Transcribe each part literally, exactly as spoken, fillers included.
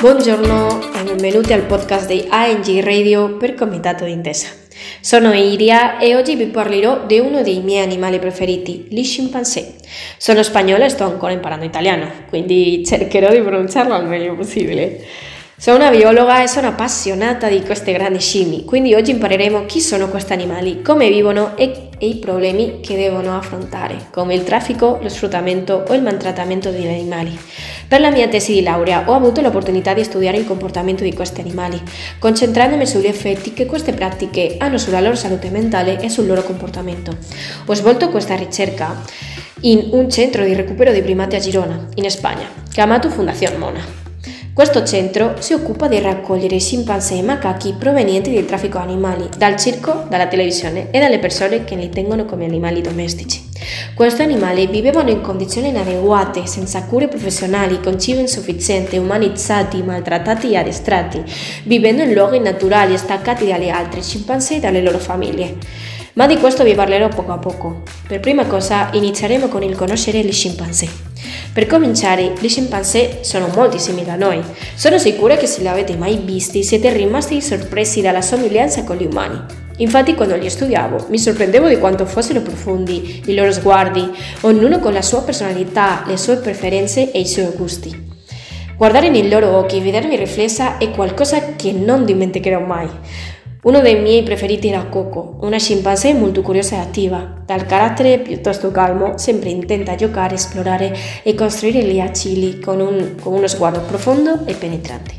Buongiorno e benvenuti al podcast di A N G Radio per Comitato d'Intesa. Sono Iria e oggi vi parlerò di uno dei miei animali preferiti, gli scimpanzé. Sono spagnola e sto ancora imparando italiano, quindi cercherò di pronunciarlo al meglio possibile. Sono una biologa e sono appassionata di queste grandi scimmie, quindi oggi impareremo chi sono questi animali, come vivono e, e i problemi che devono affrontare, come il traffico, lo sfruttamento o il maltrattamento degli animali. Per la mia tesi di laurea ho avuto l'opportunità di studiare il comportamento di questi animali, concentrandomi sugli effetti che queste pratiche hanno sulla loro salute mentale e sul loro comportamento. Ho svolto questa ricerca in un centro di recupero dei primati a Girona, in Spagna, chiamato Fundación Mona. Questo centro si occupa di raccogliere scimpanzé e macachi provenienti dal traffico animali, dal circo, dalla televisione e dalle persone che li tengono come animali domestici. Questi animali vivevano in condizioni inadeguate, senza cure professionali, con cibo insufficiente, umanizzati, maltrattati e addestrati, vivendo in luoghi naturali staccati dalle altre scimpanzé e dalle loro famiglie. Ma di questo vi parlerò poco a poco. Per prima cosa inizieremo con il conoscere gli scimpanzé. Per cominciare, gli scimpanzé sono molto simili a noi. Sono sicura che se li avete mai visti siete rimasti sorpresi dalla somiglianza con gli umani. Infatti, quando li studiavo, mi sorprendevo di quanto fossero profondi i loro sguardi, ognuno con la sua personalità, le sue preferenze e i suoi gusti. Guardare nei loro occhi e vedermi riflessa è qualcosa che non dimenticherò mai. Uno dei miei preferiti era Coco, una scimpanzé molto curiosa e attiva, dal carattere piuttosto calmo, sempre intenta giocare, esplorare e costruire ghiaccioli con, un, con uno sguardo profondo e penetrante.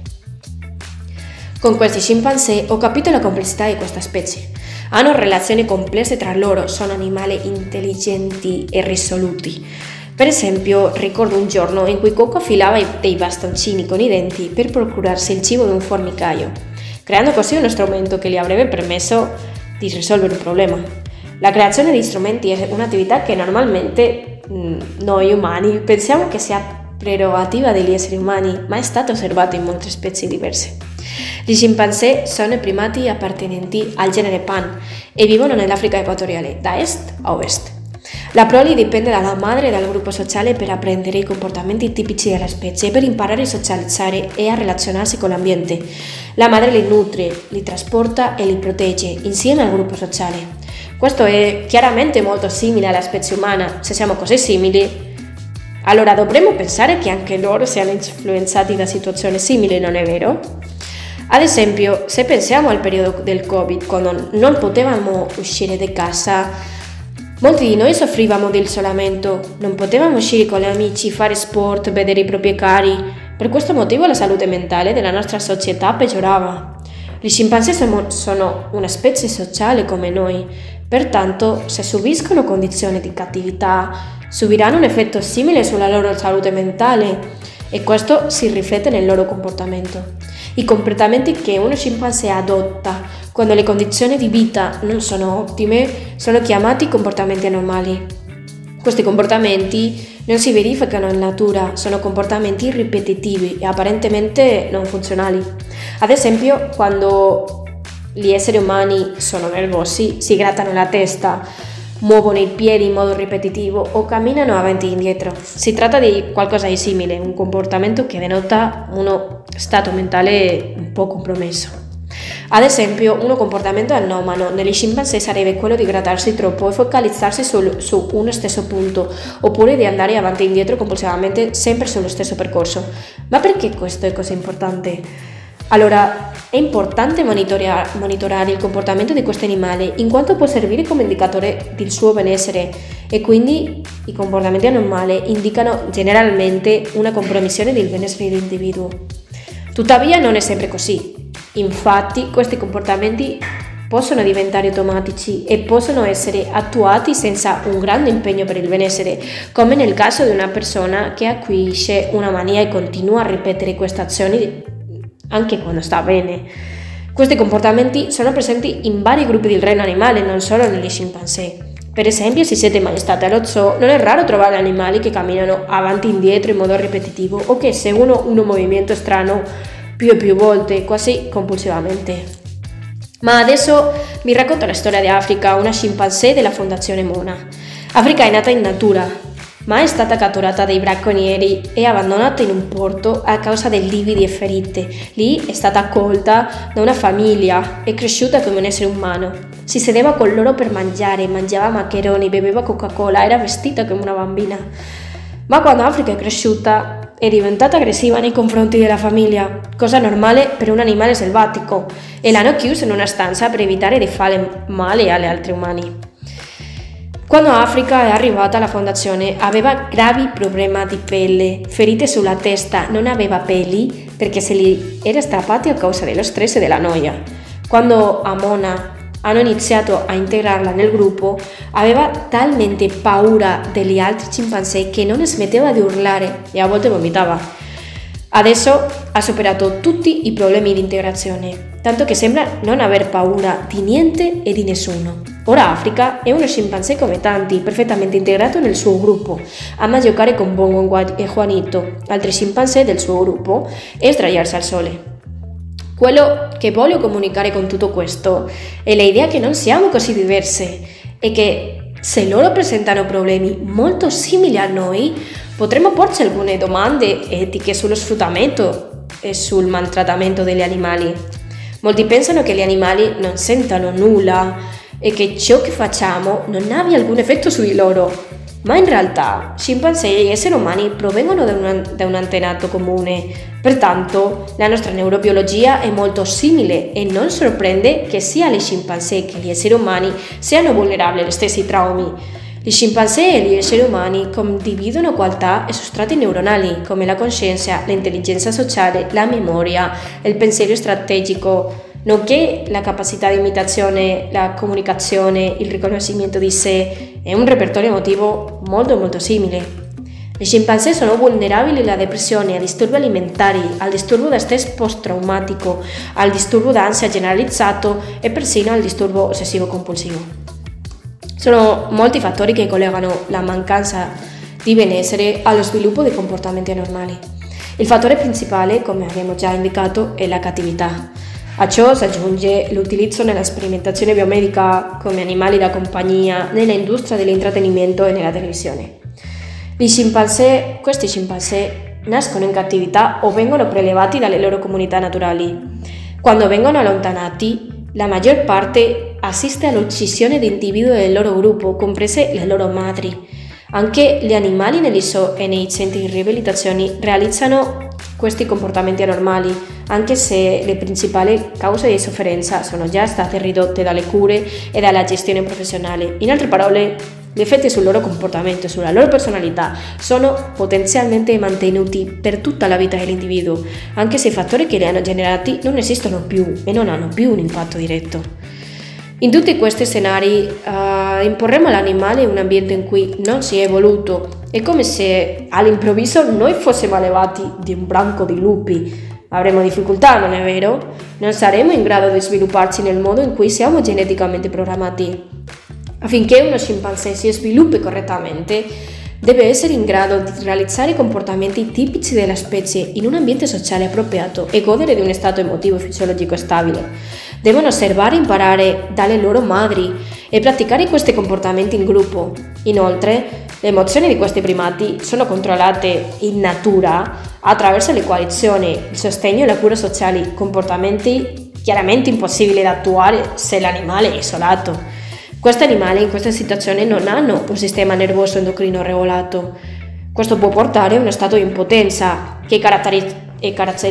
Con questi scimpanzé ho capito la complessità di questa specie. Hanno relazioni complesse tra loro, sono animali intelligenti e risoluti. Per esempio, ricordo un giorno in cui Coco affilava dei bastoncini con i denti per procurarsi il cibo di un formicaio, creando così uno strumento che gli avrebbe permesso di risolvere un problema. La creazione di strumenti è un'attività che normalmente mh, noi umani pensiamo che sia prerogativa degli esseri umani, ma è stata osservata in molte specie diverse. Gli scimpanzé sono i primati appartenenti al genere Pan e vivono nell'Africa equatoriale, da est a ovest. La prole dipende dalla madre e dal gruppo sociale per apprendere i comportamenti tipici della specie e per imparare a socializzare e a relazionarsi con l'ambiente. La madre li nutre, li trasporta e li protegge insieme al gruppo sociale. Questo è chiaramente molto simile alla specie umana. Se siamo così simili, allora dovremmo pensare che anche loro siano influenzati da situazioni simili, non è vero? Ad esempio, se pensiamo al periodo del Covid, quando non potevamo uscire di casa, molti di noi soffrivamo di isolamento, non potevamo uscire con gli amici, fare sport, vedere i propri cari. Per questo motivo la salute mentale della nostra società peggiorava. Gli scimpanzé sono una specie sociale come noi, pertanto se subiscono condizioni di cattività, subiranno un effetto simile sulla loro salute mentale e questo si riflette nel loro comportamento. I comportamenti che uno scimpanzé adotta quando le condizioni di vita non sono ottime sono chiamati comportamenti anomali. Questi comportamenti non si verificano in natura, sono comportamenti ripetitivi e apparentemente non funzionali. Ad esempio, quando gli esseri umani sono nervosi, si grattano la testa, muovono i piedi in modo ripetitivo o camminano avanti e indietro. Si tratta di qualcosa di simile, un comportamento che denota uno stato mentale un po' compromesso. Ad esempio, un comportamento anomalo negli scimpanzé sarebbe quello di grattarsi troppo e focalizzarsi sul, su uno stesso punto, oppure di andare avanti e indietro compulsivamente sempre sullo stesso percorso. Ma perché questo è così importante? Allora, è importante monitorare, monitorare il comportamento di questo animale in quanto può servire come indicatore del suo benessere e quindi i comportamenti anomali indicano generalmente una compromissione del benessere dell'individuo. Tuttavia non è sempre così. Infatti, questi comportamenti possono diventare automatici e possono essere attuati senza un grande impegno per il benessere, come nel caso di una persona che acquisisce una mania e continua a ripetere queste azioni anche quando sta bene. Questi comportamenti sono presenti in vari gruppi del reino animale, non solo negli scimpanzé. Per esempio, se siete mai stati allo zoo, non è raro trovare animali che camminano avanti e indietro in modo ripetitivo o che seguono un movimento strano più e più volte, quasi compulsivamente. Ma adesso vi racconto la storia di Africa, una scimpanzé della Fondazione Mona. Africa è nata in natura, ma è stata catturata dai bracconieri e abbandonata in un porto a causa dei lividi e ferite. Lì è stata accolta da una famiglia e cresciuta come un essere umano. Si sedeva con loro per mangiare, mangiava maccheroni, beveva Coca-Cola, era vestita come una bambina. Ma quando Africa è cresciuta è diventata aggressiva nei confronti della famiglia, cosa normale per un animale selvatico, e l'hanno chiusa in una stanza per evitare di fare male agli altri umani. Quando Africa è arrivata alla fondazione aveva gravi problemi di pelle, ferite sulla testa, non aveva peli perché se li era strappati a causa dello stress e della noia. Quando a Mona hanno iniziato a integrarla nel gruppo, aveva talmente paura degli altri scimpanzé che non smetteva di urlare e a volte vomitava. Adesso ha superato tutti i problemi di integrazione, tanto che sembra non aver paura di niente e di nessuno. Ora Africa è uno scimpanzé come tanti, perfettamente integrato nel suo gruppo. Ama giocare con Bongo e Juanito, altri scimpanzé del suo gruppo, e sdraiarsi al sole. Quello che voglio comunicare con tutto questo è l'idea che non siamo così diverse e che se loro presentano problemi molto simili a noi, potremmo porci alcune domande etiche sullo sfruttamento e sul maltrattamento degli animali. Molti pensano che gli animali non sentano nulla e che ciò che facciamo non abbia alcun effetto su di loro, ma in realtà scimpanzé e esseri umani provengono da un, da un antenato comune, pertanto la nostra neurobiologia è molto simile e non sorprende che sia gli scimpanzé che gli esseri umani siano vulnerabili agli stessi traumi. Gli scimpanzé e gli esseri umani condividono qualità e strati neuronali come la coscienza, l'intelligenza sociale, la memoria, il pensiero strategico, nonché la capacità di imitazione, la comunicazione, il riconoscimento di sé e un repertorio emotivo molto molto simile. Gli scimpanzé sono vulnerabili alla depressione, a disturbi alimentari, al disturbo da stress post-traumatico, al disturbo d'ansia generalizzato e persino al disturbo ossessivo-compulsivo. Sono molti fattori che collegano la mancanza di benessere allo sviluppo di comportamenti anormali. Il fattore principale, come abbiamo già indicato, è la cattività. A ciò si aggiunge l'utilizzo nella sperimentazione biomedica come animali da compagnia, nell'industria dell'intrattenimento e nella televisione. Gli scimpanzé, questi scimpanzé nascono in cattività o vengono prelevati dalle loro comunità naturali. Quando vengono allontanati, la maggior parte assiste all'uccisione di individui del loro gruppo, comprese le loro madri. Anche gli animali negli zoo e nei centri di riabilitazione realizzano questi comportamenti anormali, anche se le principali cause di sofferenza sono già state ridotte dalle cure e dalla gestione professionale. In altre parole, gli effetti sul loro comportamento e sulla loro personalità sono potenzialmente mantenuti per tutta la vita dell'individuo, anche se i fattori che li hanno generati non esistono più e non hanno più un impatto diretto. In tutti questi scenari uh, imporremo all'animale un ambiente in cui non si è evoluto. È come se all'improvviso noi fossimo allevati di un branco di lupi. Avremo difficoltà, non è vero? Non saremo in grado di svilupparci nel modo in cui siamo geneticamente programmati. Affinché uno scimpanzé si sviluppi correttamente, deve essere in grado di realizzare comportamenti tipici della specie in un ambiente sociale appropriato e godere di un stato emotivo e fisiologico stabile. Devono osservare e imparare dalle loro madri e praticare questi comportamenti in gruppo. Inoltre, le emozioni di questi primati sono controllate in natura attraverso le coalizioni, il sostegno e la cura sociali, comportamenti chiaramente impossibili da attuare se l'animale è isolato. Questi animali in questa situazione non hanno un sistema nervoso endocrino regolato. Questo può portare a uno stato di impotenza che caratterizza è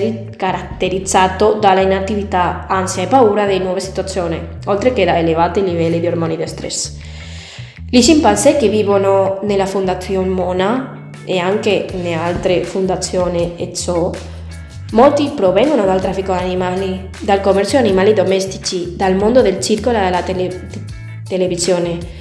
caratterizzato dalla inattività, ansia e paura di nuove situazioni, oltre che da elevati livelli di ormoni di stress. Gli scimpanzé che vivono nella Fondazione Mona e anche in altre fondazioni e zoo, molti provengono dal traffico di animali, dal commercio di animali domestici, dal mondo del circo e della tele- televisione.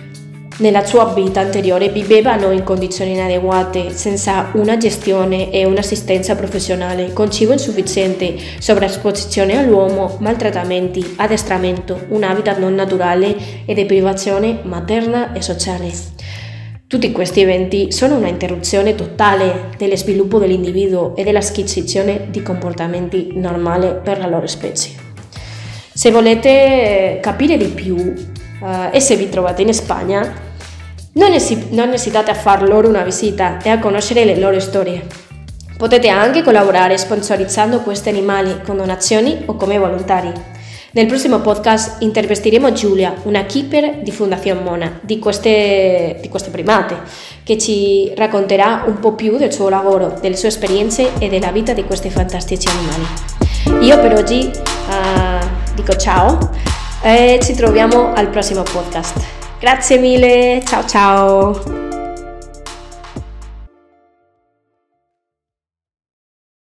Nella sua vita anteriore vivevano in condizioni inadeguate, senza una gestione e un'assistenza professionale, con cibo insufficiente, sovraesposizione all'uomo, maltrattamenti, addestramento, un habitat non naturale e deprivazione materna e sociale. Tutti questi eventi sono una interruzione totale dello sviluppo dell'individuo e dell'acquisizione di comportamenti normali per la loro specie. Se volete capire di più uh, e se vi trovate in Spagna, Non, esi- non esitate a far loro una visita e a conoscere le loro storie. Potete anche collaborare sponsorizzando questi animali con donazioni o come volontari. Nel prossimo podcast intervisteremo Giulia, una keeper di Fondazione Mona, di queste, di queste primate, che ci racconterà un po' più del suo lavoro, delle sue esperienze e della vita di questi fantastici animali. Io per oggi uh, dico ciao e ci troviamo al prossimo podcast. Grazie mille, ciao ciao!